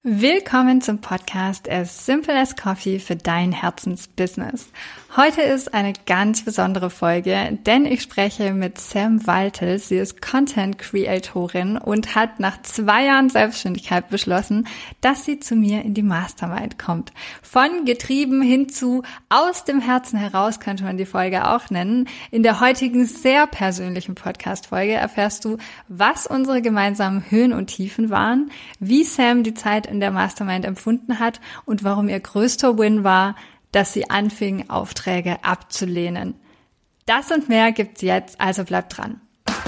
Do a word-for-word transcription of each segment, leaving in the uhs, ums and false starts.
Willkommen zum Podcast As Simple as Coffee für dein Herzensbusiness. Heute ist eine ganz besondere Folge, denn ich spreche mit Sam Waltel. Sie ist Content-Creatorin und hat nach zwei Jahren Selbstständigkeit beschlossen, dass sie zu mir in die Mastermind kommt. Von getrieben hin zu aus dem Herzen heraus könnte man die Folge auch nennen. In der heutigen sehr persönlichen Podcast-Folge erfährst du, was unsere gemeinsamen Höhen und Tiefen waren, wie Sam die Zeit in der Mastermind empfunden hat und warum ihr größter Win war, dass sie anfing, Aufträge abzulehnen. Das und mehr gibt's jetzt, also bleibt dran.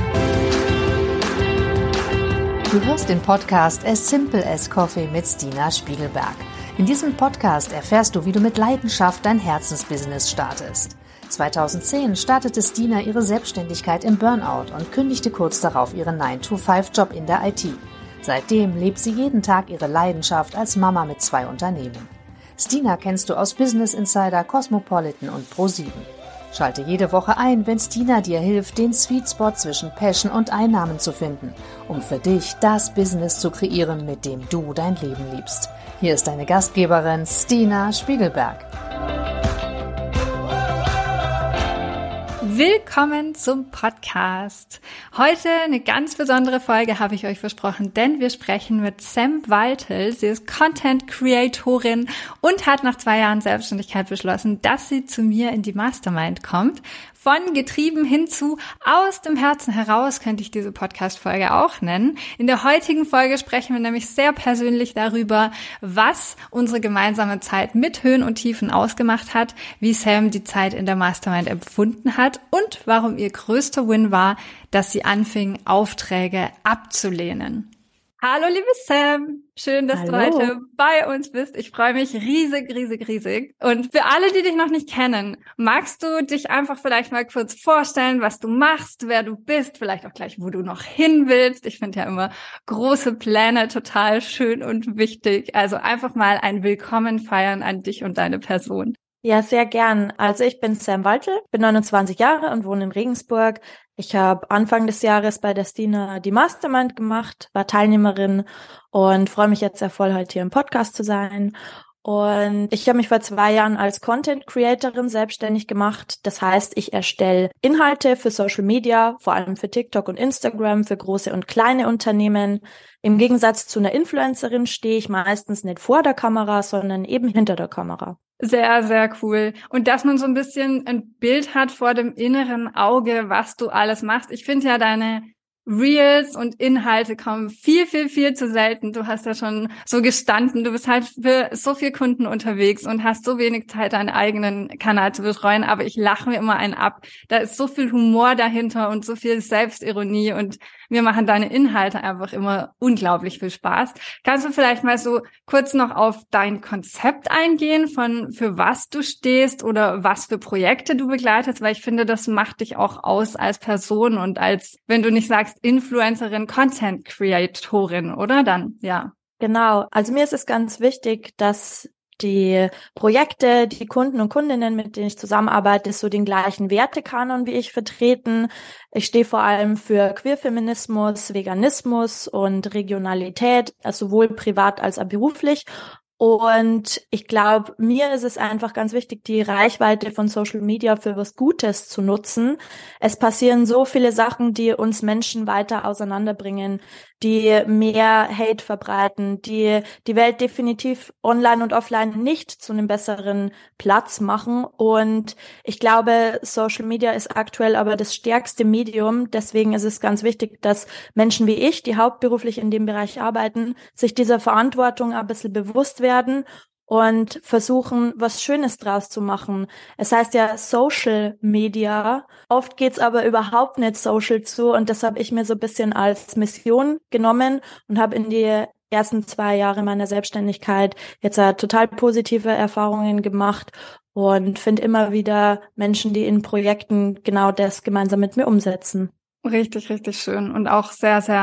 Du hörst den Podcast As Simple as Coffee mit Stina Spiegelberg. In diesem Podcast erfährst du, wie du mit Leidenschaft dein Herzensbusiness startest. zweitausendzehn startete Stina ihre Selbstständigkeit im Burnout und kündigte kurz darauf ihren nine to five Job in der I T. Seitdem lebt sie jeden Tag ihre Leidenschaft als Mama mit zwei Unternehmen. Stina kennst du aus Business Insider, Cosmopolitan und ProSieben. Schalte jede Woche ein, wenn Stina dir hilft, den Sweet Spot zwischen Passion und Einnahmen zu finden, um für dich das Business zu kreieren, mit dem du dein Leben liebst. Hier ist deine Gastgeberin Stina Spiegelberg. Willkommen zum Podcast. Heute eine ganz besondere Folge habe ich euch versprochen, denn wir sprechen mit Sam Waltel. Sie ist Content-Creatorin und hat nach zwei Jahren Selbstständigkeit beschlossen, dass sie zu mir in die Mastermind kommt. Von getrieben hin zu aus dem Herzen heraus könnte ich diese Podcast-Folge auch nennen. In der heutigen Folge sprechen wir nämlich sehr persönlich darüber, was unsere gemeinsame Zeit mit Höhen und Tiefen ausgemacht hat, wie Sam die Zeit in der Mastermind empfunden hat und warum ihr größter Win war, dass sie anfing, Aufträge abzulehnen. Hallo liebe Sam, schön, dass Hallo. du heute bei uns bist. Ich freue mich riesig, riesig, riesig. Und für alle, die dich noch nicht kennen, magst du dich einfach vielleicht mal kurz vorstellen, was du machst, wer du bist, vielleicht auch gleich, wo du noch hin willst. Ich finde ja immer große Pläne total schön und wichtig. Also einfach mal ein Willkommen feiern an dich und deine Person. Ja, sehr gern. Also ich bin Sam Waltel, bin neunundzwanzig Jahre und wohne in Regensburg. Ich habe Anfang des Jahres bei der Stina die Mastermind gemacht, war Teilnehmerin und freue mich jetzt sehr voll, heute hier im Podcast zu sein. Und ich habe mich vor zwei Jahren als Content Creatorin selbstständig gemacht. Das heißt, ich erstelle Inhalte für Social Media, vor allem für TikTok und Instagram, für große und kleine Unternehmen. Im Gegensatz zu einer Influencerin stehe ich meistens nicht vor der Kamera, sondern eben hinter der Kamera. Sehr, sehr cool. Und dass man so ein bisschen ein Bild hat vor dem inneren Auge, was du alles machst. Ich finde ja deine Reels und Inhalte kommen viel, viel, viel zu selten. Du hast ja schon so gestanden, du bist halt für so viele Kunden unterwegs und hast so wenig Zeit, deinen eigenen Kanal zu betreuen, aber ich lache mir immer einen ab. Da ist so viel Humor dahinter und so viel Selbstironie und mir machen deine Inhalte einfach immer unglaublich viel Spaß. Kannst du vielleicht mal so kurz noch auf dein Konzept eingehen, von für was du stehst oder was für Projekte du begleitest, weil ich finde, das macht dich auch aus als Person und als, wenn du nicht sagst, Influencerin, Content Creatorin, oder? Dann, ja. Genau. Also mir ist es ganz wichtig, dass die Projekte, die Kunden und Kundinnen, mit denen ich zusammenarbeite, so den gleichen Wertekanon wie ich vertreten. Ich stehe vor allem für Queerfeminismus, Veganismus und Regionalität, also sowohl privat als auch beruflich. Und ich glaube, mir ist es einfach ganz wichtig, die Reichweite von Social Media für was Gutes zu nutzen. Es passieren so viele Sachen, die uns Menschen weiter auseinanderbringen, die mehr Hate verbreiten, die die Welt definitiv online und offline nicht zu einem besseren Platz machen. Und ich glaube, Social Media ist aktuell aber das stärkste Medium. Deswegen ist es ganz wichtig, dass Menschen wie ich, die hauptberuflich in dem Bereich arbeiten, sich dieser Verantwortung ein bisschen bewusst werden und versuchen, was Schönes draus zu machen. Es heißt ja Social Media. Oft geht's aber überhaupt nicht social zu und das habe ich mir so ein bisschen als Mission genommen und habe in die ersten zwei Jahre meiner Selbstständigkeit jetzt uh, total positive Erfahrungen gemacht und finde immer wieder Menschen, die in Projekten genau das gemeinsam mit mir umsetzen. Richtig, richtig schön und auch sehr, sehr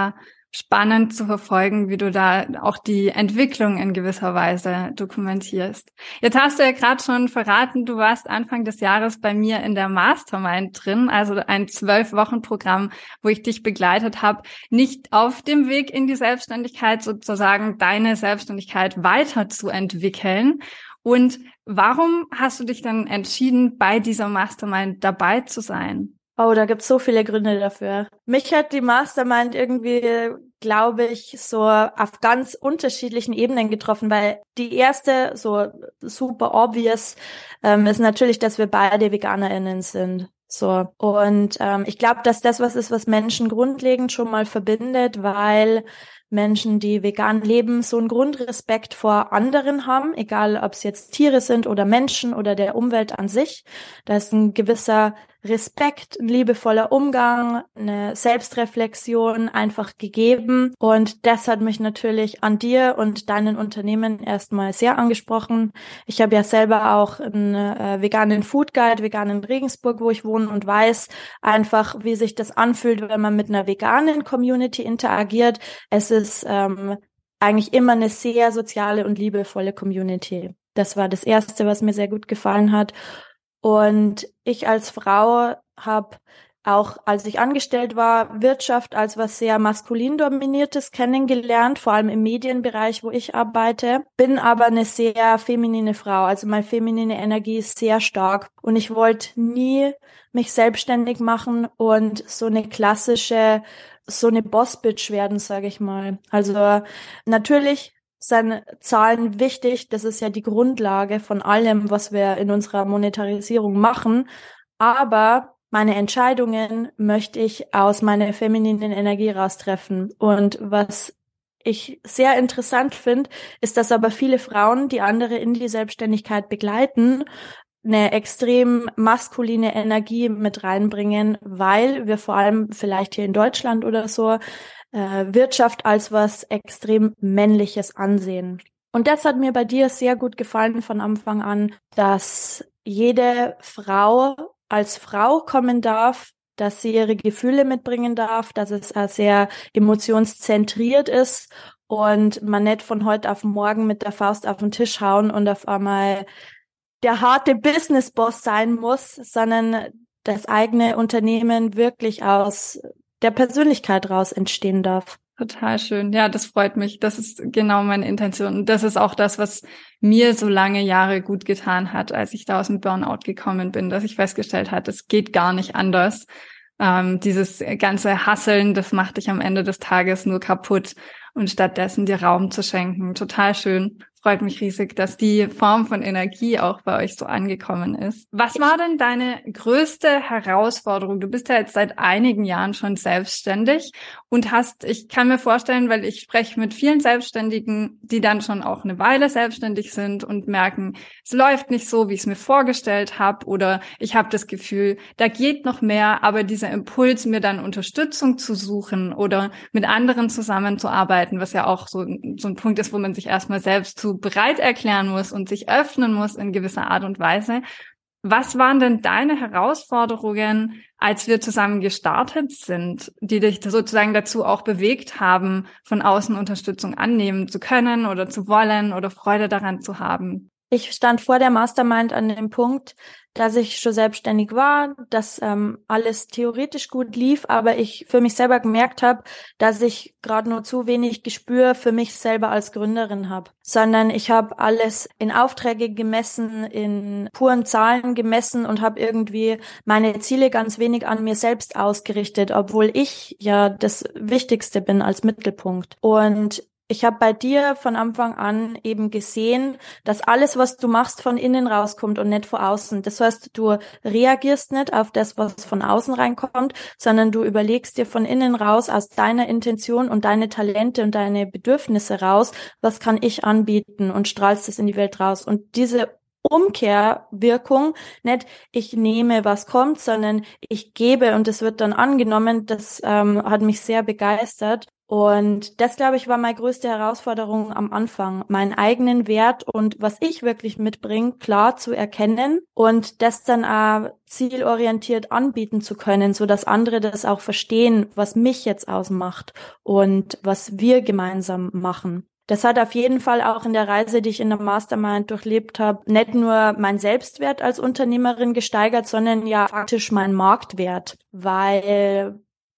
spannend zu verfolgen, wie du da auch die Entwicklung in gewisser Weise dokumentierst. Jetzt hast du ja gerade schon verraten, du warst Anfang des Jahres bei mir in der Mastermind drin, also ein zwölf-Wochen-Programm, wo ich dich begleitet habe, nicht auf dem Weg in die Selbstständigkeit, sozusagen deine Selbstständigkeit weiterzuentwickeln. Und warum hast du dich dann entschieden, bei dieser Mastermind dabei zu sein? Oh, da gibt's so viele Gründe dafür. Mich hat die Mastermind irgendwie, glaube ich, so auf ganz unterschiedlichen Ebenen getroffen, weil die erste, so super obvious, ähm, ist natürlich, dass wir beide VeganerInnen sind. So. Und ähm, ich glaube, dass das was ist, was Menschen grundlegend schon mal verbindet, weil Menschen, die vegan leben, so einen Grundrespekt vor anderen haben, egal ob es jetzt Tiere sind oder Menschen oder der Umwelt an sich. Da ist ein gewisser Respekt, ein liebevoller Umgang, eine Selbstreflexion einfach gegeben. Und das hat mich natürlich an dir und deinen Unternehmen erstmal sehr angesprochen. Ich habe ja selber auch einen äh, veganen Food Guide, vegan in Regensburg, wo ich wohne, und weiß einfach, wie sich das anfühlt, wenn man mit einer veganen Community interagiert. Es ist ähm, eigentlich immer eine sehr soziale und liebevolle Community. Das war das Erste, was mir sehr gut gefallen hat. Und ich als Frau habe auch, als ich angestellt war, Wirtschaft als was sehr maskulin dominiertes kennengelernt, vor allem im Medienbereich, wo ich arbeite, bin aber eine sehr feminine Frau, also meine feminine Energie ist sehr stark und ich wollte nie mich selbstständig machen und so eine klassische, so eine Boss-Bitch werden, sage ich mal. Also natürlich sind Zahlen wichtig, das ist ja die Grundlage von allem, was wir in unserer Monetarisierung machen, aber meine Entscheidungen möchte ich aus meiner femininen Energie raustreffen. Und was ich sehr interessant finde, ist, dass aber viele Frauen, die andere in die Selbstständigkeit begleiten, eine extrem maskuline Energie mit reinbringen, weil wir vor allem vielleicht hier in Deutschland oder so äh, Wirtschaft als was extrem Männliches ansehen. Und das hat mir bei dir sehr gut gefallen von Anfang an, dass jede Frau als Frau kommen darf, dass sie ihre Gefühle mitbringen darf, dass es auch sehr emotionszentriert ist und man nicht von heute auf morgen mit der Faust auf den Tisch hauen und auf einmal der harte Business-Boss sein muss, sondern das eigene Unternehmen wirklich aus der Persönlichkeit raus entstehen darf. Total schön. Ja, das freut mich. Das ist genau meine Intention. Und das ist auch das, was mir so lange Jahre gut getan hat, als ich da aus dem Burnout gekommen bin, dass ich festgestellt habe, es geht gar nicht anders. Ähm, dieses ganze Hasseln, das macht dich am Ende des Tages nur kaputt. Und stattdessen dir Raum zu schenken. Total schön. Freut mich riesig, dass die Form von Energie auch bei euch so angekommen ist. Was war denn deine größte Herausforderung? Du bist ja jetzt seit einigen Jahren schon selbstständig und hast, ich kann mir vorstellen, weil ich spreche mit vielen Selbstständigen, die dann schon auch eine Weile selbstständig sind und merken, es läuft nicht so, wie ich es mir vorgestellt habe, oder ich habe das Gefühl, da geht noch mehr, aber dieser Impuls, mir dann Unterstützung zu suchen oder mit anderen zusammenzuarbeiten, was ja auch so, so ein Punkt ist, wo man sich erstmal selbst zu bereit erklären muss und sich öffnen muss in gewisser Art und Weise. Was waren denn deine Herausforderungen, als wir zusammen gestartet sind, die dich sozusagen dazu auch bewegt haben, von außen Unterstützung annehmen zu können oder zu wollen oder Freude daran zu haben? Ich stand vor der Mastermind an dem Punkt, dass ich schon selbstständig war, dass ähm, alles theoretisch gut lief, aber ich für mich selber gemerkt habe, dass ich gerade nur zu wenig Gespür für mich selber als Gründerin habe, sondern ich habe alles in Aufträge gemessen, in puren Zahlen gemessen und habe irgendwie meine Ziele ganz wenig an mir selbst ausgerichtet, obwohl ich ja das Wichtigste bin als Mittelpunkt. Und ich habe bei dir von Anfang an eben gesehen, dass alles, was du machst, von innen rauskommt und nicht von außen. Das heißt, du reagierst nicht auf das, was von außen reinkommt, sondern du überlegst dir von innen raus, aus deiner Intention und deine Talente und deine Bedürfnisse raus, was kann ich anbieten, und strahlst es in die Welt raus. Und diese Umkehrwirkung, nicht ich nehme, was kommt, sondern ich gebe und es wird dann angenommen, das ähm, hat mich sehr begeistert. Und das, glaube ich, war meine größte Herausforderung am Anfang, meinen eigenen Wert und was ich wirklich mitbringe, klar zu erkennen und das dann auch zielorientiert anbieten zu können, so dass andere das auch verstehen, was mich jetzt ausmacht und was wir gemeinsam machen. Das hat auf jeden Fall auch in der Reise, die ich in der Mastermind durchlebt habe, nicht nur mein Selbstwert als Unternehmerin gesteigert, sondern ja faktisch mein Marktwert, weil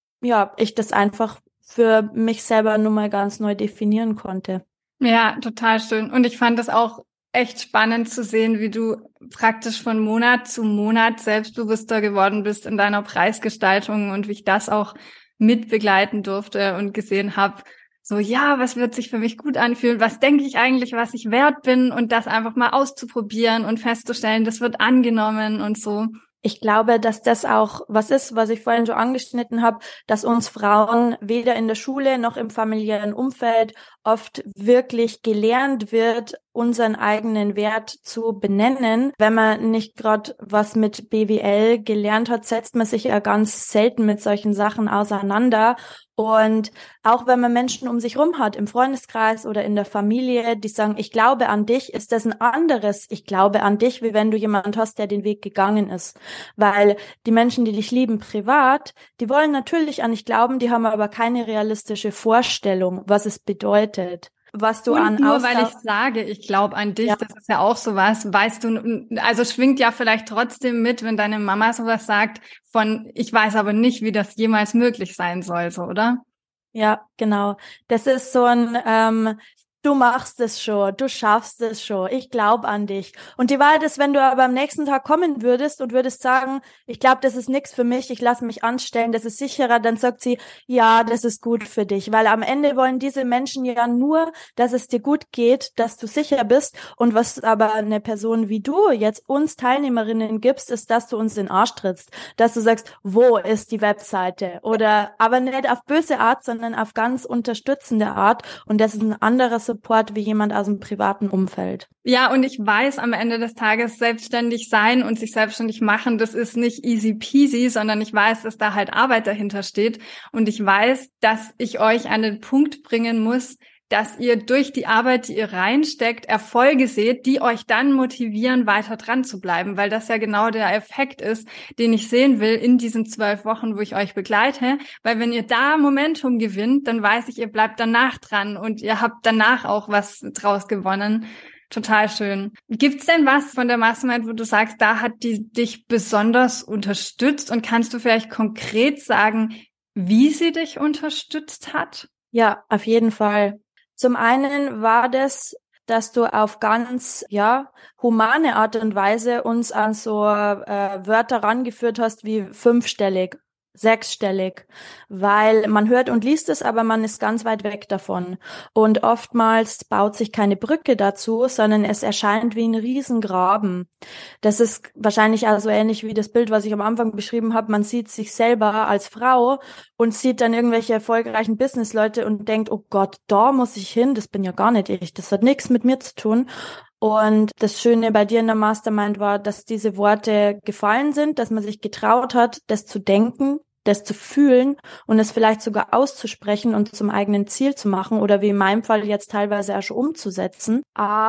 ja ich das einfach für mich selber nur mal ganz neu definieren konnte. Ja, total schön. Und ich fand das auch echt spannend zu sehen, wie du praktisch von Monat zu Monat selbstbewusster geworden bist in deiner Preisgestaltung und wie ich das auch mitbegleiten durfte und gesehen habe, so, ja, was wird sich für mich gut anfühlen? Was denke ich eigentlich, was ich wert bin? Und das einfach mal auszuprobieren und festzustellen, das wird angenommen und so. Ich glaube, dass das auch was ist, was ich vorhin schon angeschnitten habe, dass uns Frauen weder in der Schule noch im familiären Umfeld oft wirklich gelernt wird, unseren eigenen Wert zu benennen. Wenn man nicht gerade was mit B W L gelernt hat, setzt man sich ja ganz selten mit solchen Sachen auseinander. Und auch wenn man Menschen um sich rum hat, im Freundeskreis oder in der Familie, die sagen, ich glaube an dich, ist das ein anderes Ich glaube an dich, wie wenn du jemand hast, der den Weg gegangen ist. Weil die Menschen, die dich lieben privat, die wollen natürlich an dich glauben, die haben aber keine realistische Vorstellung, was es bedeutet. Was du und an nur Austausch- weil ich sage, ich glaube an dich, Ja. das ist ja auch sowas, weißt du, also schwingt ja vielleicht trotzdem mit, wenn deine Mama sowas sagt, von, ich weiß aber nicht, wie das jemals möglich sein soll, so, oder? Ja, genau. Das ist so ein, ähm, du machst es schon, du schaffst es schon, ich glaube an dich. Und die Wahrheit ist, wenn du aber am nächsten Tag kommen würdest und würdest sagen, ich glaube, das ist nichts für mich, ich lasse mich anstellen, das ist sicherer, dann sagt sie, ja, das ist gut für dich. Weil am Ende wollen diese Menschen ja nur, dass es dir gut geht, dass du sicher bist. Und was aber eine Person wie du jetzt uns Teilnehmerinnen gibst, ist, dass du uns in den Arsch trittst. Dass du sagst, wo ist die Webseite? Oder aber nicht auf böse Art, sondern auf ganz unterstützende Art. Und das ist ein anderer Support wie jemand aus dem privaten Umfeld. Ja, und ich weiß am Ende des Tages, selbstständig sein und sich selbstständig machen, das ist nicht easy peasy, sondern ich weiß, dass da halt Arbeit dahinter steht. Und ich weiß, dass ich euch an den Punkt bringen muss, dass ihr durch die Arbeit, die ihr reinsteckt, Erfolge seht, die euch dann motivieren, weiter dran zu bleiben, weil das ja genau der Effekt ist, den ich sehen will in diesen zwölf Wochen, wo ich euch begleite. Weil wenn ihr da Momentum gewinnt, dann weiß ich, ihr bleibt danach dran und ihr habt danach auch was draus gewonnen. Total schön. Gibt's denn was von der Mastermind, wo du sagst, da hat die dich besonders unterstützt und kannst du vielleicht konkret sagen, wie sie dich unterstützt hat? Ja, auf jeden Fall. Zum einen war das, dass du auf ganz, ja, humane Art und Weise uns an so äh, Wörter rangeführt hast wie fünfstellig, sechsstellig, weil man hört und liest es, aber man ist ganz weit weg davon. Und oftmals baut sich keine Brücke dazu, sondern es erscheint wie ein Riesengraben. Das ist wahrscheinlich auch so ähnlich wie das Bild, was ich am Anfang beschrieben habe. Man sieht sich selber als Frau und sieht dann irgendwelche erfolgreichen Businessleute und denkt, oh Gott, da muss ich hin, das bin ja gar nicht ich, das hat nichts mit mir zu tun. Und das Schöne bei dir in der Mastermind war, dass diese Worte gefallen sind, dass man sich getraut hat, das zu denken, das zu fühlen und es vielleicht sogar auszusprechen und zum eigenen Ziel zu machen oder wie in meinem Fall jetzt teilweise auch schon umzusetzen.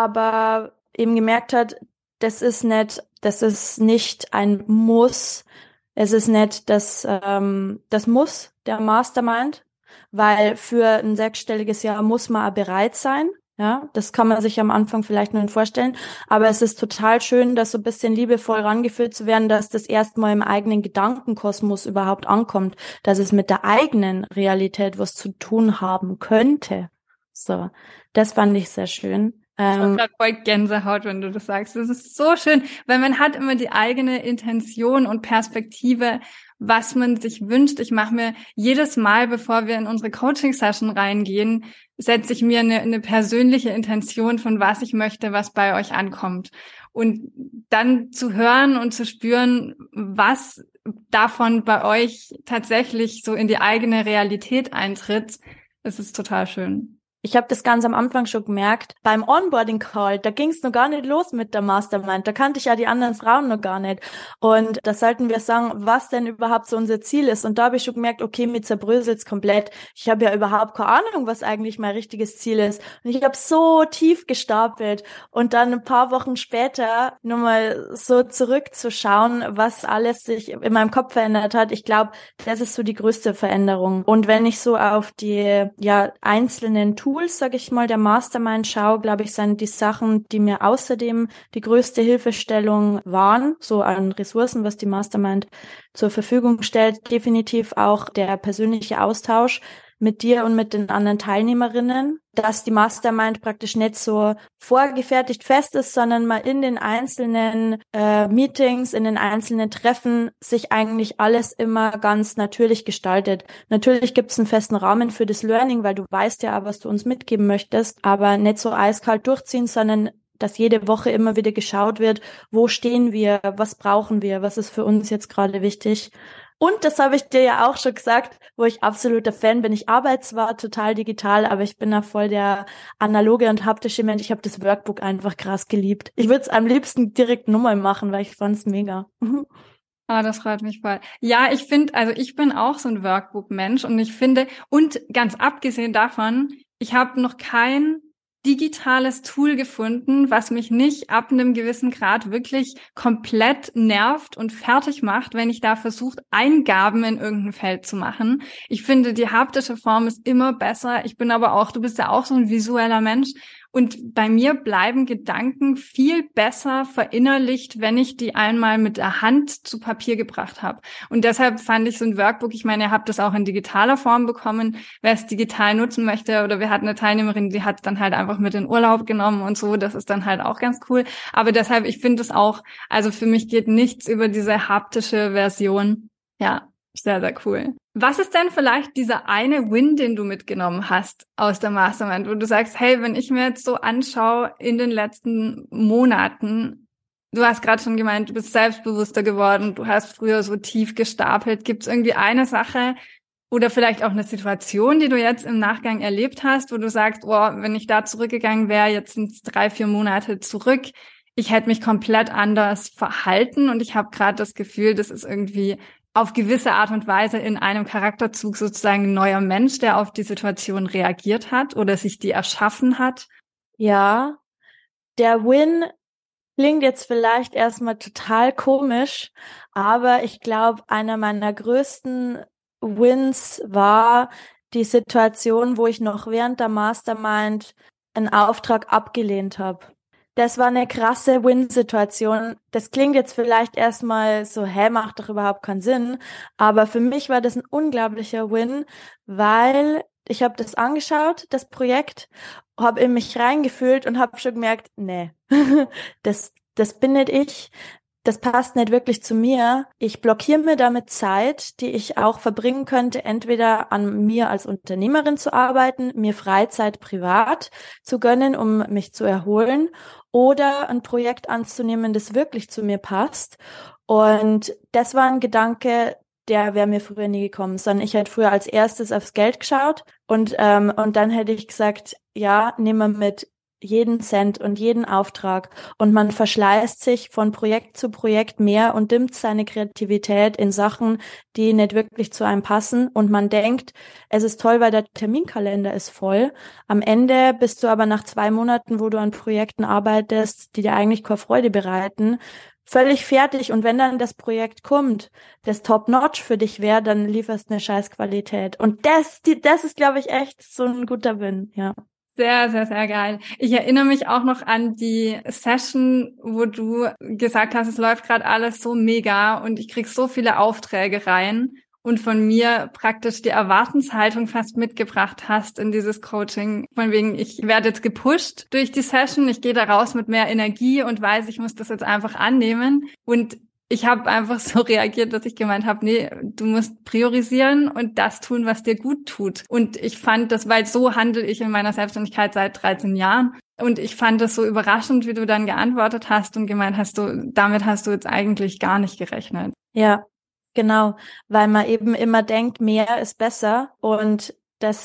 Aber eben gemerkt hat, das ist nicht, das ist nicht ein Muss. Es ist nicht das, ähm, das Muss der Mastermind, weil für ein sechsstelliges Jahr muss man auch bereit sein. Ja, das kann man sich am Anfang vielleicht nur vorstellen, aber es ist total schön, das so ein bisschen liebevoll rangeführt zu werden, dass das erstmal im eigenen Gedankenkosmos überhaupt ankommt, dass es mit der eigenen Realität was zu tun haben könnte. So, das fand ich sehr schön. Ich habe Ähm, gerade voll Gänsehaut, wenn du das sagst. Das ist so schön, weil man hat immer die eigene Intention und Perspektive, was man sich wünscht. Ich mache mir jedes Mal, bevor wir in unsere Coaching-Session reingehen, setze ich mir eine, eine persönliche Intention von was ich möchte, was bei euch ankommt. Und dann zu hören und zu spüren, was davon bei euch tatsächlich so in die eigene Realität eintritt, das ist total schön. Ich habe das ganz am Anfang schon gemerkt. Beim Onboarding-Call, da ging es noch gar nicht los mit der Mastermind. Da kannte ich ja die anderen Frauen noch gar nicht. Und da sollten wir sagen, was denn überhaupt so unser Ziel ist. Und da habe ich schon gemerkt, okay, mir zerbröselt's komplett. Ich habe ja überhaupt keine Ahnung, was eigentlich mein richtiges Ziel ist. Und ich habe so tief gestapelt. Und dann ein paar Wochen später nochmal so zurückzuschauen, was alles sich in meinem Kopf verändert hat. Ich glaube, das ist so die größte Veränderung. Und wenn ich so auf die ja einzelnen Tools Tools, sag ich mal, der Mastermind schaue, glaube ich, sind die Sachen, die mir außerdem die größte Hilfestellung waren, so an Ressourcen, was die Mastermind zur Verfügung stellt, definitiv auch der persönliche Austausch mit dir und mit den anderen Teilnehmerinnen, dass die Mastermind praktisch nicht so vorgefertigt fest ist, sondern mal in den einzelnen äh, Meetings, in den einzelnen Treffen sich eigentlich alles immer ganz natürlich gestaltet. Natürlich gibt es einen festen Rahmen für das Learning, weil du weißt ja auch, was du uns mitgeben möchtest, aber nicht so eiskalt durchziehen, sondern dass jede Woche immer wieder geschaut wird, wo stehen wir, was brauchen wir, was ist für uns jetzt gerade wichtig. Und das habe ich dir ja auch schon gesagt, wo ich absoluter Fan bin. Ich arbeite zwar total digital, aber ich bin da voll der analoge und haptische Mensch. Ich habe das Workbook einfach krass geliebt. Ich würde es am liebsten direkt nochmal machen, weil ich fand es mega. Ah, das freut mich voll. Ja, ich finde, also ich bin auch so ein Workbook-Mensch und ich finde, und ganz abgesehen davon, ich habe noch kein digitales Tool gefunden, was mich nicht ab einem gewissen Grad wirklich komplett nervt und fertig macht, wenn ich da versuche, Eingaben in irgendein Feld zu machen. Ich finde, die haptische Form ist immer besser. Ich bin aber auch, du bist ja auch so ein visueller Mensch. Und bei mir bleiben Gedanken viel besser verinnerlicht, wenn ich die einmal mit der Hand zu Papier gebracht habe. Und deshalb fand ich so ein Workbook, ich meine, ihr habt das auch in digitaler Form bekommen, wer es digital nutzen möchte, oder wir hatten eine Teilnehmerin, die hat es dann halt einfach mit in Urlaub genommen und so, das ist dann halt auch ganz cool. Aber deshalb, ich finde es auch, also für mich geht nichts über diese haptische Version. Ja, sehr, sehr cool. Was ist denn vielleicht dieser eine Win, den du mitgenommen hast aus der Mastermind, wo du sagst, hey, wenn ich mir jetzt so anschaue in den letzten Monaten, du hast gerade schon gemeint, du bist selbstbewusster geworden, du hast früher so tief gestapelt. Gibt es irgendwie eine Sache oder vielleicht auch eine Situation, die du jetzt im Nachgang erlebt hast, wo du sagst, oh, wenn ich da zurückgegangen wäre, jetzt sind es drei, vier Monate zurück, ich hätte mich komplett anders verhalten und ich habe gerade das Gefühl, das ist irgendwie auf gewisse Art und Weise in einem Charakterzug sozusagen ein neuer Mensch, der auf die Situation reagiert hat oder sich die erschaffen hat? Ja, der Win klingt jetzt vielleicht erstmal total komisch, aber ich glaube, einer meiner größten Wins war die Situation, wo ich noch während der Mastermind einen Auftrag abgelehnt habe. Das war eine krasse Win-Situation. Das klingt jetzt vielleicht erstmal so, hä, macht doch überhaupt keinen Sinn. Aber für mich war das ein unglaublicher Win, weil ich habe das angeschaut, das Projekt, habe in mich reingefühlt und habe schon gemerkt, nee, das, das bin nicht ich. Das passt nicht wirklich zu mir. Ich blockiere mir damit Zeit, die ich auch verbringen könnte, entweder an mir als Unternehmerin zu arbeiten, mir Freizeit privat zu gönnen, um mich zu erholen, oder ein Projekt anzunehmen, das wirklich zu mir passt. Und das war ein Gedanke, der wäre mir früher nie gekommen, sondern ich hätte früher als erstes aufs Geld geschaut und ähm, und dann hätte ich gesagt, ja, nehmen wir mit jeden Cent und jeden Auftrag, und man verschleißt sich von Projekt zu Projekt mehr und dimmt seine Kreativität in Sachen, die nicht wirklich zu einem passen, und man denkt, es ist toll, weil der Terminkalender ist voll. Am Ende bist du aber nach zwei Monaten, wo du an Projekten arbeitest, die dir eigentlich keine Freude bereiten, völlig fertig, und wenn dann das Projekt kommt, das Top-Notch für dich wäre, dann lieferst du eine Scheißqualität, und das, die, das ist, glaube ich, echt so ein guter Win, ja. Sehr, sehr, sehr geil. Ich erinnere mich auch noch an die Session, wo du gesagt hast, es läuft gerade alles so mega und ich krieg so viele Aufträge rein und von mir praktisch die Erwartenshaltung fast mitgebracht hast in dieses Coaching. Von wegen, ich werde jetzt gepusht durch die Session, ich gehe da raus mit mehr Energie und weiß, ich muss das jetzt einfach annehmen. Und ich habe einfach so reagiert, dass ich gemeint habe, nee, du musst priorisieren und das tun, was dir gut tut. Und ich fand das, weil so handle ich in meiner Selbstständigkeit seit dreizehn Jahren. Und ich fand das so überraschend, wie du dann geantwortet hast und gemeint hast, du, damit hast du jetzt eigentlich gar nicht gerechnet. Ja, genau, weil man eben immer denkt, mehr ist besser, und das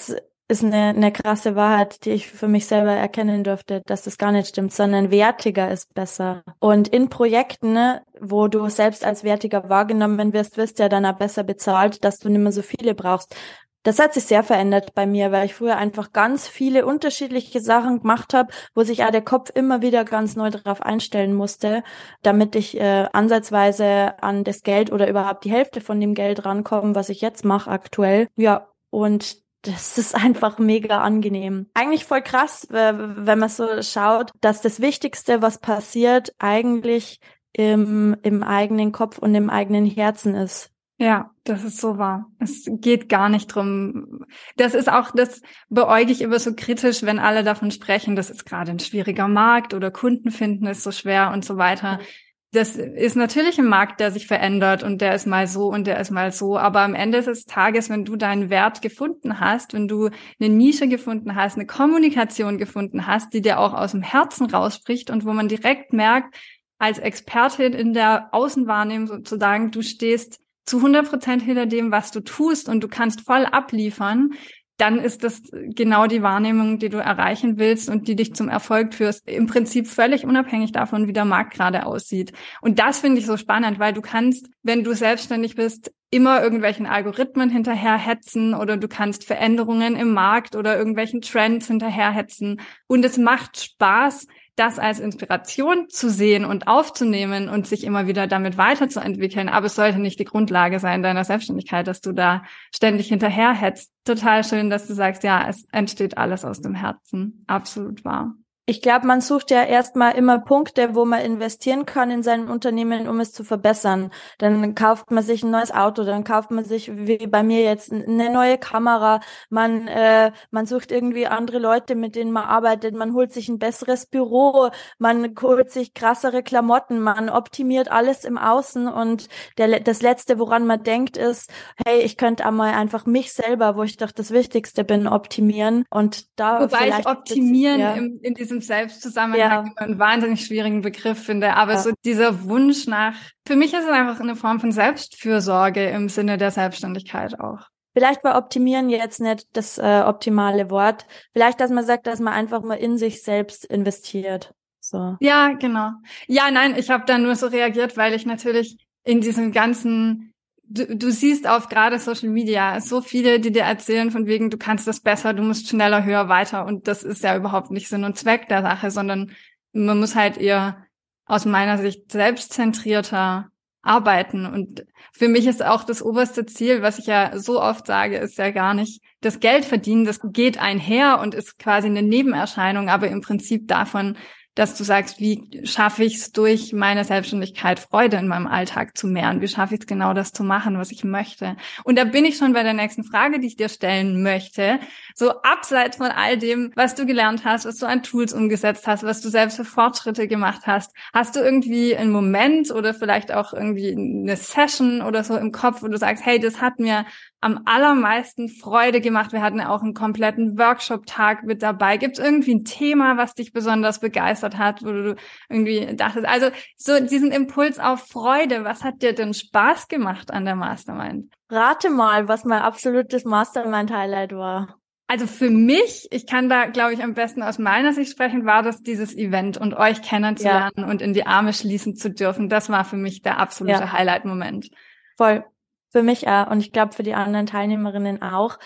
ist eine, eine krasse Wahrheit, die ich für mich selber erkennen durfte, dass das gar nicht stimmt, sondern wertiger ist besser. Und in Projekten, ne, wo du selbst als wertiger wahrgenommen wirst, wirst du ja dann auch besser bezahlt, dass du nicht mehr so viele brauchst. Das hat sich sehr verändert bei mir, weil ich früher einfach ganz viele unterschiedliche Sachen gemacht habe, wo sich auch der Kopf immer wieder ganz neu darauf einstellen musste, damit ich äh, ansatzweise an das Geld oder überhaupt die Hälfte von dem Geld rankomme, was ich jetzt mache aktuell. Ja, und das ist einfach mega angenehm. Eigentlich voll krass, wenn man so schaut, dass das Wichtigste, was passiert, eigentlich im, im eigenen Kopf und im eigenen Herzen ist. Ja, das ist so wahr. Es geht gar nicht drum. Das ist auch, das beäuge ich immer so kritisch, wenn alle davon sprechen, das ist gerade ein schwieriger Markt oder Kunden finden ist so schwer und so weiter. Das ist natürlich ein Markt, der sich verändert und der ist mal so und der ist mal so. Aber am Ende des Tages, wenn du deinen Wert gefunden hast, wenn du eine Nische gefunden hast, eine Kommunikation gefunden hast, die dir auch aus dem Herzen rausspricht und wo man direkt merkt, als Expertin in der Außenwahrnehmung sozusagen, du stehst zu hundert Prozent hinter dem, was du tust und du kannst voll abliefern, dann ist das genau die Wahrnehmung, die du erreichen willst und die dich zum Erfolg führst. Im Prinzip völlig unabhängig davon, wie der Markt gerade aussieht. Und das finde ich so spannend, weil du kannst, wenn du selbstständig bist, immer irgendwelchen Algorithmen hinterherhetzen oder du kannst Veränderungen im Markt oder irgendwelchen Trends hinterherhetzen. Und es macht Spaß, das als Inspiration zu sehen und aufzunehmen und sich immer wieder damit weiterzuentwickeln. Aber es sollte nicht die Grundlage sein deiner Selbstständigkeit, dass du da ständig hinterherhetzt. Total schön, dass du sagst, ja, es entsteht alles aus dem Herzen. Absolut wahr. Ich glaube, man sucht ja erstmal immer Punkte, wo man investieren kann in sein Unternehmen, um es zu verbessern. Dann kauft man sich ein neues Auto, dann kauft man sich, wie bei mir jetzt, eine neue Kamera. Man äh, man sucht irgendwie andere Leute, mit denen man arbeitet. Man holt sich ein besseres Büro. Man holt sich krassere Klamotten. Man optimiert alles im Außen. Und der, das Letzte, woran man denkt, ist, hey, ich könnte einmal einfach mich selber, wo ich doch das Wichtigste bin, optimieren. Und da Wobei ich optimieren ja. im, in diesem Selbstzusammenhang Ja. einen wahnsinnig schwierigen Begriff finde, aber Ja. so dieser Wunsch nach, für mich ist es einfach eine Form von Selbstfürsorge im Sinne der Selbstständigkeit auch. Vielleicht war optimieren jetzt nicht das äh, optimale Wort. Vielleicht, dass man sagt, dass man einfach mal in sich selbst investiert. So. Ja, genau. Ja, nein, ich habe da nur so reagiert, weil ich natürlich in diesem ganzen Du, du siehst auf gerade Social Media so viele, die dir erzählen von wegen, du kannst das besser, du musst schneller, höher, weiter. Und das ist ja überhaupt nicht Sinn und Zweck der Sache, sondern man muss halt eher aus meiner Sicht selbstzentrierter arbeiten. Und für mich ist auch das oberste Ziel, was ich ja so oft sage, ist ja gar nicht das Geld verdienen. Das geht einher und ist quasi eine Nebenerscheinung, aber im Prinzip davon, dass du sagst, wie schaffe ich es durch meine Selbstständigkeit, Freude in meinem Alltag zu mehren? Wie schaffe ich es genau, das zu machen, was ich möchte? Und da bin ich schon bei der nächsten Frage, die ich dir stellen möchte. So abseits von all dem, was du gelernt hast, was du an Tools umgesetzt hast, was du selbst für Fortschritte gemacht hast, hast du irgendwie einen Moment oder vielleicht auch irgendwie eine Session oder so im Kopf, wo du sagst, hey, das hat mir am allermeisten Freude gemacht. Wir hatten auch einen kompletten Workshop-Tag mit dabei. Gibt es irgendwie ein Thema, was dich besonders begeistert hat, wo du irgendwie dachtest, also so diesen Impuls auf Freude, was hat dir denn Spaß gemacht an der Mastermind? Rate mal, was mein absolutes Mastermind-Highlight war. Also für mich, ich kann da, glaube ich, am besten aus meiner Sicht sprechen, war das dieses Event und euch kennenzulernen ja. und in die Arme schließen zu dürfen. Das war für mich der absolute ja. Highlight-Moment. Voll. Für mich auch und ich glaube für die anderen Teilnehmerinnen auch,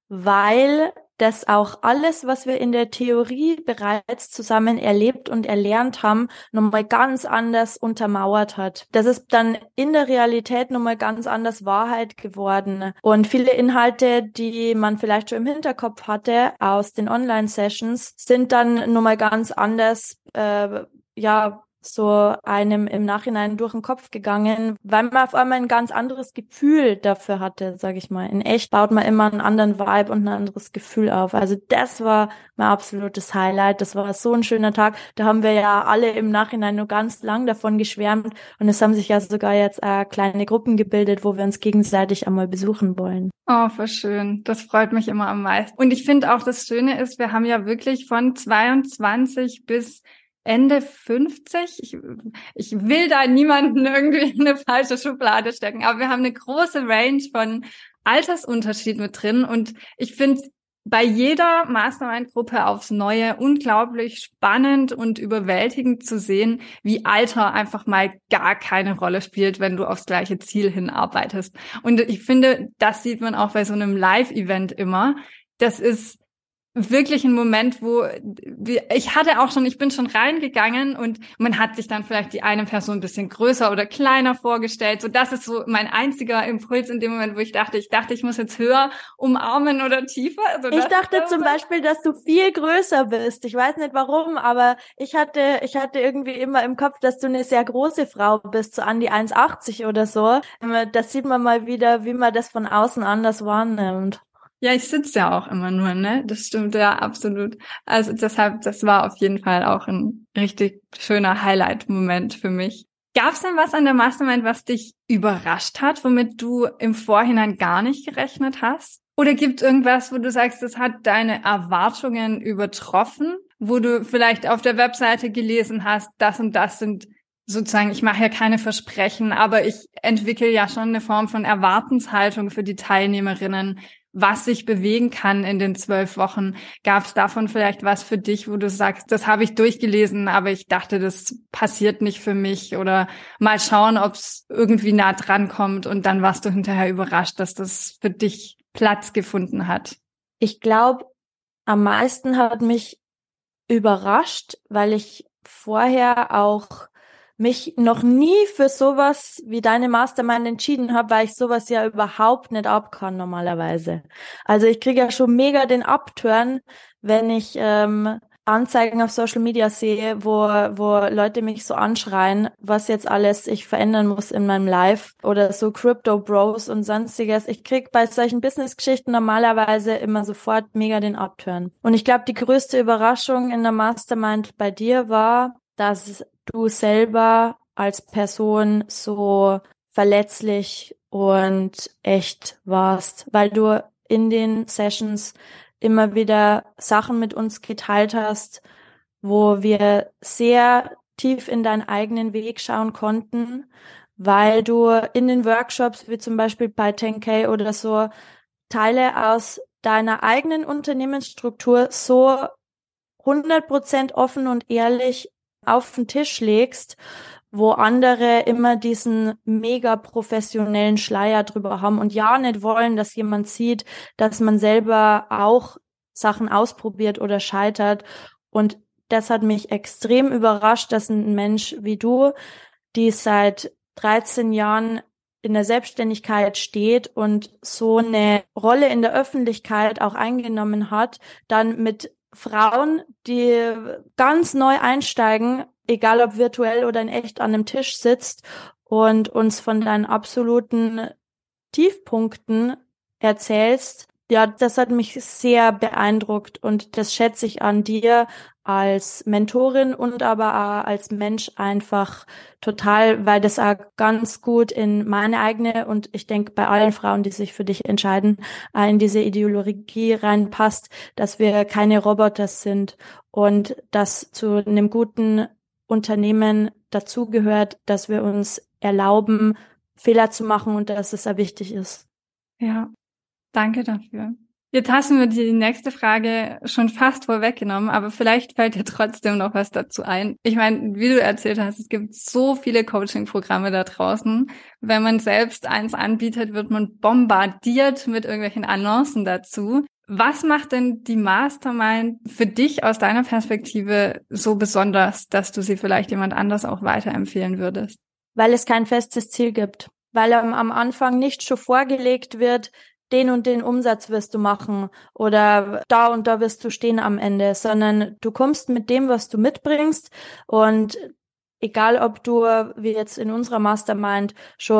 weil das auch alles, was wir in der Theorie bereits zusammen erlebt und erlernt haben, nochmal ganz anders untermauert hat. Das ist dann in der Realität nochmal ganz anders Wahrheit geworden. Und viele Inhalte, die man vielleicht schon im Hinterkopf hatte aus den Online-Sessions, sind dann nochmal ganz anders, äh, ja, so einem im Nachhinein durch den Kopf gegangen, weil man auf einmal ein ganz anderes Gefühl dafür hatte, sage ich mal. In echt baut man immer einen anderen Vibe und ein anderes Gefühl auf. Also das war mein absolutes Highlight. Das war so ein schöner Tag. Da haben wir ja alle im Nachhinein nur ganz lang davon geschwärmt und es haben sich ja sogar jetzt äh, kleine Gruppen gebildet, wo wir uns gegenseitig einmal besuchen wollen. Oh, voll schön. Das freut mich immer am meisten. Und ich finde auch, das Schöne ist, wir haben ja wirklich von zweiundzwanzig bis Ende fünfzig. Ich, ich will da niemanden irgendwie in eine falsche Schublade stecken, aber wir haben eine große Range von Altersunterschied mit drin und ich finde bei jeder Mastermind-Gruppe aufs Neue unglaublich spannend und überwältigend zu sehen, wie Alter einfach mal gar keine Rolle spielt, wenn du aufs gleiche Ziel hinarbeitest. Und ich finde, das sieht man auch bei so einem Live-Event immer. Das ist wirklich ein Moment, wo ich hatte auch schon, ich bin schon reingegangen und man hat sich dann vielleicht die eine Person ein bisschen größer oder kleiner vorgestellt. So, das ist so mein einziger Impuls in dem Moment, wo ich dachte, ich dachte, ich muss jetzt höher umarmen oder tiefer. Also ich dachte zum Beispiel, dass du viel größer bist. Ich weiß nicht warum, aber ich hatte, ich hatte irgendwie immer im Kopf, dass du eine sehr große Frau bist, so an die eins achtzig oder so. Das sieht man mal wieder, wie man das von außen anders wahrnimmt. Ja, ich sitze ja auch immer nur, ne? Das stimmt ja absolut. Also deshalb, das war auf jeden Fall auch ein richtig schöner Highlight-Moment für mich. Gab es denn was an der Mastermind, was dich überrascht hat, womit du im Vorhinein gar nicht gerechnet hast? Oder gibt es irgendwas, wo du sagst, das hat deine Erwartungen übertroffen, wo du vielleicht auf der Webseite gelesen hast, das und das sind sozusagen, ich mache ja keine Versprechen, aber ich entwickle ja schon eine Form von Erwartenshaltung für die Teilnehmerinnen, was sich bewegen kann in den zwölf Wochen. Gab es davon vielleicht was für dich, wo du sagst, das habe ich durchgelesen, aber ich dachte, das passiert nicht für mich, oder mal schauen, ob es irgendwie nah dran kommt und dann warst du hinterher überrascht, dass das für dich Platz gefunden hat? Ich glaube, am meisten hat mich überrascht, weil ich vorher auch mich noch nie für sowas wie deine Mastermind entschieden habe, weil ich sowas ja überhaupt nicht ab kann normalerweise. Also ich kriege ja schon mega den Upturn, wenn ich ähm, Anzeigen auf Social Media sehe, wo wo Leute mich so anschreien, was jetzt alles ich verändern muss in meinem Life, oder so Crypto Bros und sonstiges. Ich krieg bei solchen Business-Geschichten normalerweise immer sofort mega den Upturn. Und ich glaube, die größte Überraschung in der Mastermind bei dir war, dass du selber als Person so verletzlich und echt warst, weil du in den Sessions immer wieder Sachen mit uns geteilt hast, wo wir sehr tief in deinen eigenen Weg schauen konnten, weil du in den Workshops, wie zum Beispiel bei zehn K oder so, Teile aus deiner eigenen Unternehmensstruktur so hundert Prozent offen und ehrlich auf den Tisch legst, wo andere immer diesen mega professionellen Schleier drüber haben und ja nicht wollen, dass jemand sieht, dass man selber auch Sachen ausprobiert oder scheitert. Und das hat mich extrem überrascht, dass ein Mensch wie du, die seit dreizehn Jahren in der Selbstständigkeit steht und so eine Rolle in der Öffentlichkeit auch eingenommen hat, dann mit Frauen, die ganz neu einsteigen, egal ob virtuell oder in echt, an einem Tisch sitzt und uns von deinen absoluten Tiefpunkten erzählst. Ja, das hat mich sehr beeindruckt und das schätze ich an dir als Mentorin und aber auch als Mensch einfach total, weil das auch ganz gut in meine eigene und ich denke bei allen Frauen, die sich für dich entscheiden, in diese Ideologie reinpasst, dass wir keine Roboter sind und dass zu einem guten Unternehmen dazugehört, dass wir uns erlauben, Fehler zu machen und dass es sehr wichtig ist. Ja, danke dafür. Jetzt hast du mir die nächste Frage schon fast vorweggenommen, aber vielleicht fällt dir trotzdem noch was dazu ein. Ich meine, wie du erzählt hast, es gibt so viele Coaching-Programme da draußen. Wenn man selbst eins anbietet, wird man bombardiert mit irgendwelchen Annoncen dazu. Was macht denn die Mastermind für dich aus deiner Perspektive so besonders, dass du sie vielleicht jemand anders auch weiterempfehlen würdest? Weil es kein festes Ziel gibt. Weil am, am Anfang nicht schon vorgelegt wird, den und den Umsatz wirst du machen oder da und da wirst du stehen am Ende, sondern du kommst mit dem, was du mitbringst, und egal ob du, wie jetzt in unserer Mastermind, schon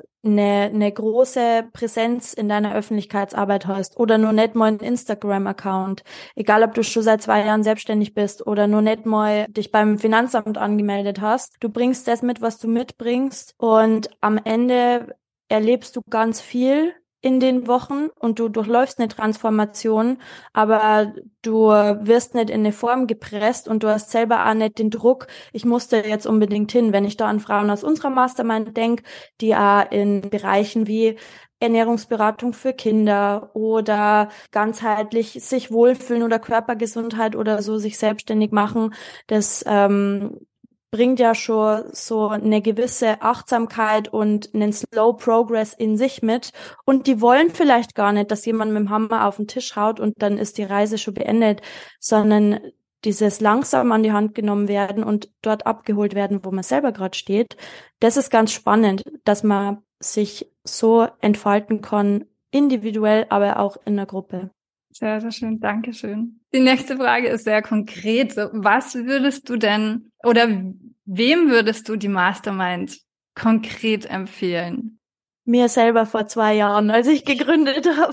eine, eine große Präsenz in deiner Öffentlichkeitsarbeit hast oder nur nicht mal einen Instagram-Account, egal ob du schon seit zwei Jahren selbstständig bist oder nur nicht mal dich beim Finanzamt angemeldet hast, du bringst das mit, was du mitbringst, und am Ende erlebst du ganz viel in den Wochen und du durchläufst eine Transformation, aber du wirst nicht in eine Form gepresst und du hast selber auch nicht den Druck, ich muss da jetzt unbedingt hin. Wenn ich da an Frauen aus unserer Mastermind denke, die auch in Bereichen wie Ernährungsberatung für Kinder oder ganzheitlich sich wohlfühlen oder Körpergesundheit oder so sich selbstständig machen, das ähm, bringt ja schon so eine gewisse Achtsamkeit und einen Slow Progress in sich mit. Und die wollen vielleicht gar nicht, dass jemand mit dem Hammer auf den Tisch haut und dann ist die Reise schon beendet, sondern dieses langsam an die Hand genommen werden und dort abgeholt werden, wo man selber gerade steht. Das ist ganz spannend, dass man sich so entfalten kann, individuell, aber auch in der Gruppe. Sehr, sehr schön. Dankeschön. Die nächste Frage ist sehr konkret. So, was würdest du denn oder wem würdest du die Mastermind konkret empfehlen? Mir selber vor zwei Jahren, als ich gegründet habe.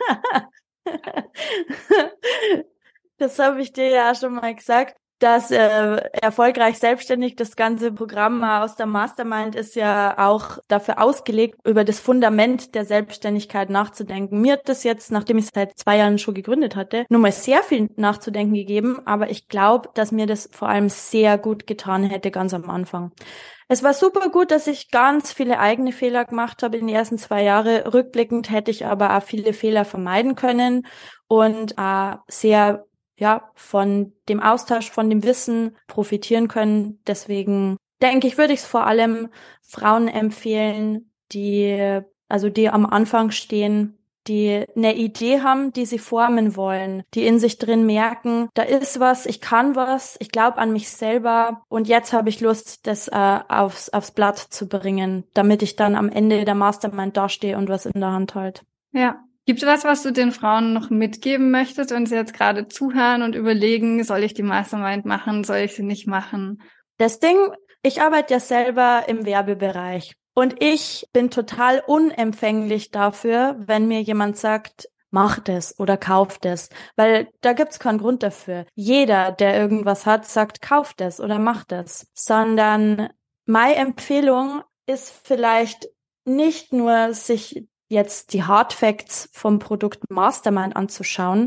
Das habe ich dir ja schon mal gesagt. Das äh, erfolgreich selbstständig, das ganze Programm aus der Mastermind ist ja auch dafür ausgelegt, über das Fundament der Selbstständigkeit nachzudenken. Mir hat das jetzt, nachdem ich seit zwei Jahren schon gegründet hatte, nur mal sehr viel nachzudenken gegeben, aber ich glaube, dass mir das vor allem sehr gut getan hätte, ganz am Anfang. Es war super gut, dass ich ganz viele eigene Fehler gemacht habe in den ersten zwei Jahren. Rückblickend hätte ich aber auch viele Fehler vermeiden können und äh, sehr ja, von dem Austausch, von dem Wissen profitieren können. Deswegen denke ich, würde ich es vor allem Frauen empfehlen, die, also die am Anfang stehen, die eine Idee haben, die sie formen wollen, die in sich drin merken, da ist was, ich kann was, ich glaube an mich selber und jetzt habe ich Lust, das äh, aufs, aufs Blatt zu bringen, damit ich dann am Ende der Mastermind dastehe und was in der Hand halte. Ja. Gibt es was, was du den Frauen noch mitgeben möchtest, wenn sie jetzt gerade zuhören und überlegen, soll ich die Mastermind machen, soll ich sie nicht machen? Das Ding, ich arbeite ja selber im Werbebereich und ich bin total unempfänglich dafür, wenn mir jemand sagt, mach das oder kauf das, weil da gibt's keinen Grund dafür. Jeder, der irgendwas hat, sagt, kauf das oder mach das, sondern meine Empfehlung ist vielleicht nicht nur, sich jetzt die Hard Facts vom Produkt Mastermind anzuschauen,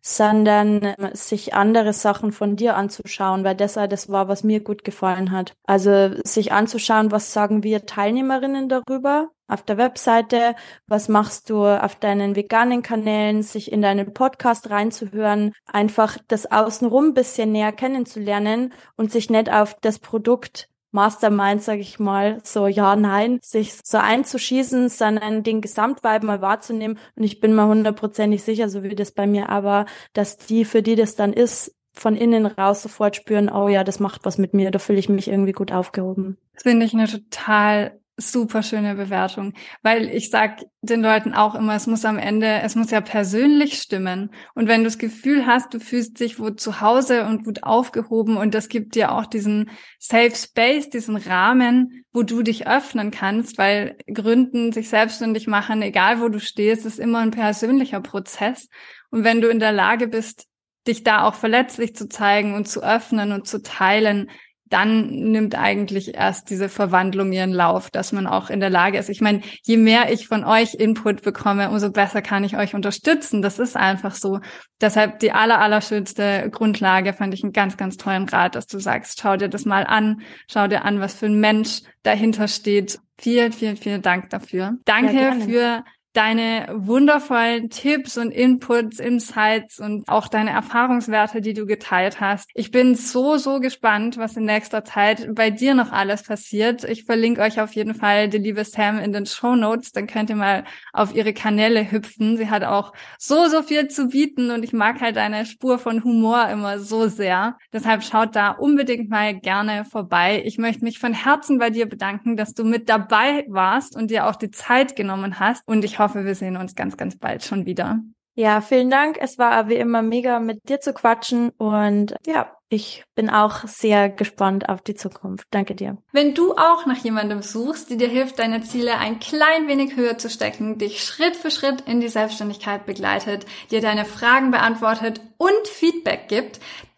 sondern sich andere Sachen von dir anzuschauen, weil das das war, was mir gut gefallen hat. Also sich anzuschauen, was sagen wir Teilnehmerinnen darüber auf der Webseite, was machst du auf deinen veganen Kanälen, sich in deinen Podcast reinzuhören, einfach das Außenrum ein bisschen näher kennenzulernen und sich nicht auf das Produkt Mastermind, sag ich mal, so ja, nein, sich so einzuschießen, sondern den Gesamtvibe mal wahrzunehmen. Und ich bin mir hundertprozentig sicher, so wie das bei mir aber, dass die, für die das dann ist, von innen raus sofort spüren, oh ja, das macht was mit mir, da fühle ich mich irgendwie gut aufgehoben. Das finde ich eine total super schöne Bewertung, weil ich sag den Leuten auch immer, es muss am Ende, es muss ja persönlich stimmen. Und wenn du das Gefühl hast, du fühlst dich wo zu Hause und gut aufgehoben und das gibt dir auch diesen Safe Space, diesen Rahmen, wo du dich öffnen kannst, weil Gründen, sich selbstständig machen, egal wo du stehst, ist immer ein persönlicher Prozess. Und wenn du in der Lage bist, dich da auch verletzlich zu zeigen und zu öffnen und zu teilen, dann nimmt eigentlich erst diese Verwandlung ihren Lauf, dass man auch in der Lage ist. Ich meine, je mehr ich von euch Input bekomme, umso besser kann ich euch unterstützen. Das ist einfach so. Deshalb die aller, allerschönste Grundlage fand ich einen ganz, ganz tollen Rat, dass du sagst, schau dir das mal an, schau dir an, was für ein Mensch dahinter steht. Vielen, vielen, vielen Dank dafür. Danke ja, für deine wundervollen Tipps und Inputs, Insights und auch deine Erfahrungswerte, die du geteilt hast. Ich bin so, so gespannt, was in nächster Zeit bei dir noch alles passiert. Ich verlinke euch auf jeden Fall die liebe Sam in den Shownotes, dann könnt ihr mal auf ihre Kanäle hüpfen. Sie hat auch so, so viel zu bieten und ich mag halt deine Spur von Humor immer so sehr. Deshalb schaut da unbedingt mal gerne vorbei. Ich möchte mich von Herzen bei dir bedanken, dass du mit dabei warst und dir auch die Zeit genommen hast und ich hoffe, wir sehen uns ganz, ganz bald schon wieder. Ja, vielen Dank. Es war wie immer mega, mit dir zu quatschen und ja, ich bin auch sehr gespannt auf die Zukunft. Danke dir. Wenn du auch nach jemandem suchst, die dir hilft, deine Ziele ein klein wenig höher zu stecken, dich Schritt für Schritt in die Selbstständigkeit begleitet, dir deine Fragen beantwortet und Feedback gibt,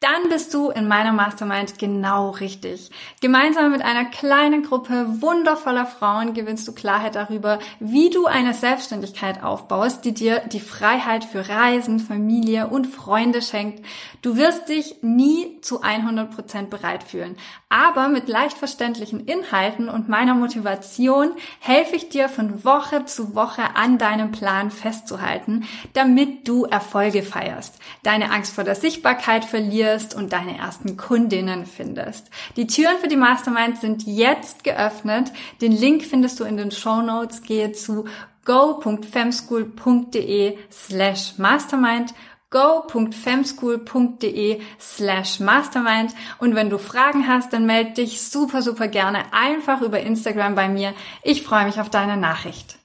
dann bist du in meiner Mastermind genau richtig. Gemeinsam mit einer kleinen Gruppe wundervoller Frauen gewinnst du Klarheit darüber, wie du eine Selbstständigkeit aufbaust, die dir die Freiheit für Reisen, Familie und Freunde schenkt. Du wirst dich nie zu hundert Prozent bereit fühlen. Aber mit leicht verständlichen Inhalten und meiner Motivation helfe ich dir von Woche zu Woche an deinem Plan festzuhalten, damit du Erfolge feierst, deine Angst vor der Sichtbarkeit verlierst und deine ersten Kundinnen findest. Die Türen für die Mastermind sind jetzt geöffnet. Den Link findest du in den Shownotes. Gehe zu go.femschool.de slash mastermind go.femschool.de slash mastermind und wenn du Fragen hast, dann melde dich super, super gerne einfach über Instagram bei mir. Ich freue mich auf deine Nachricht.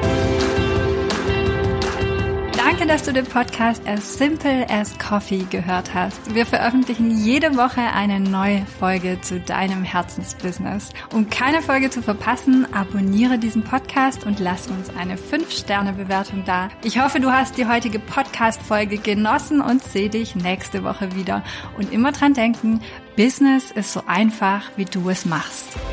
Danke, dass du den Podcast As Simple as Coffee gehört hast. Wir veröffentlichen jede Woche eine neue Folge zu deinem Herzensbusiness. Um keine Folge zu verpassen, abonniere diesen Podcast und lass uns eine fünf Sterne Bewertung da. Ich hoffe, du hast die heutige Podcast-Folge genossen und sehe dich nächste Woche wieder. Und immer dran denken, Business ist so einfach, wie du es machst.